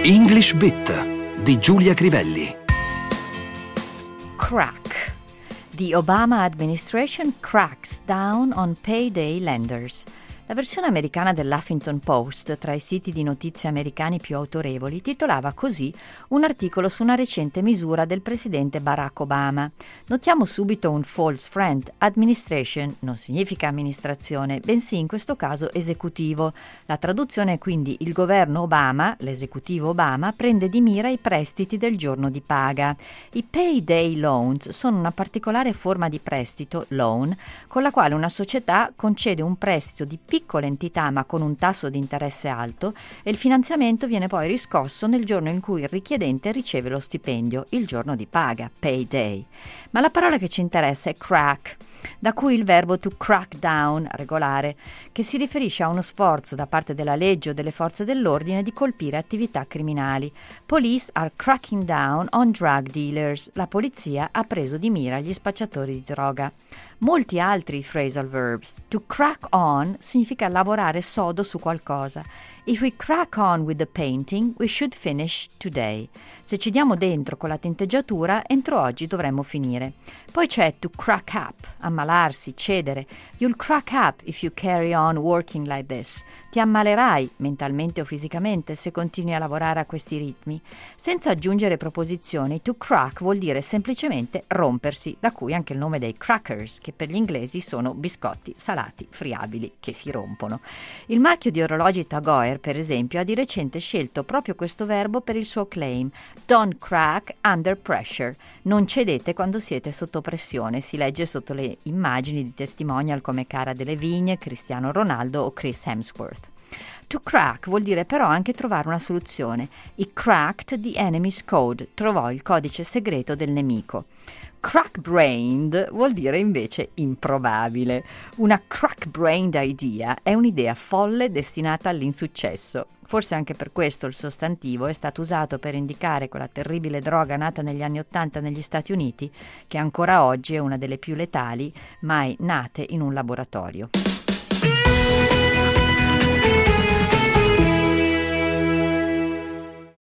English Bit di Giulia Crivelli. Crack. The Obama administration cracks down on payday lenders. La versione americana dell'Huffington Post, tra i siti di notizie americani più autorevoli, titolava così un articolo su una recente misura del presidente Barack Obama. Notiamo subito un false friend. Administration non significa amministrazione, bensì in questo caso esecutivo. La traduzione è quindi: il governo Obama, l'esecutivo Obama, prende di mira i prestiti del giorno di paga. I payday loans sono una particolare forma di prestito, loan, con la quale una società concede un prestito di piccola entità ma con un tasso di interesse alto, e il finanziamento viene poi riscosso nel giorno in cui il richiedente riceve lo stipendio, il giorno di paga, payday. Ma la parola che ci interessa è crack, da cui il verbo to crack down, regolare, che si riferisce a uno sforzo da parte della legge o delle forze dell'ordine di colpire attività criminali. Police are cracking down on drug dealers. La polizia ha preso di mira gli spacciatori di droga. Molti altri phrasal verbs. To crack on significa lavorare sodo su qualcosa. If we crack on with the painting, we should finish today. Se ci diamo dentro con la tinteggiatura, entro oggi dovremmo finire. Poi c'è to crack up, ammalarsi, cedere. You'll crack up if you carry on working like this. Ti ammalerai, mentalmente o fisicamente, se continui a lavorare a questi ritmi. Senza aggiungere proposizioni, to crack vuol dire semplicemente rompersi, da cui anche il nome dei crackers, che per gli inglesi sono biscotti salati friabili che si rompono. Il marchio di orologi Tag Heuer, per esempio, ha di recente scelto proprio questo verbo per il suo claim: Don't crack under pressure. Non cedete quando siete sotto pressione. Si legge sotto le immagini di testimonial come Cara Delevingne, Cristiano Ronaldo o Chris Hemsworth. To crack vuol dire però anche trovare una soluzione. He cracked the enemy's code. Trovò il codice segreto del nemico. Crack-brained vuol dire invece improbabile. Una crack-brained idea è un'idea folle destinata all'insuccesso. Forse anche per questo il sostantivo è stato usato per indicare quella terribile droga nata negli anni '80 negli Stati Uniti, che ancora oggi è una delle più letali mai nate in un laboratorio.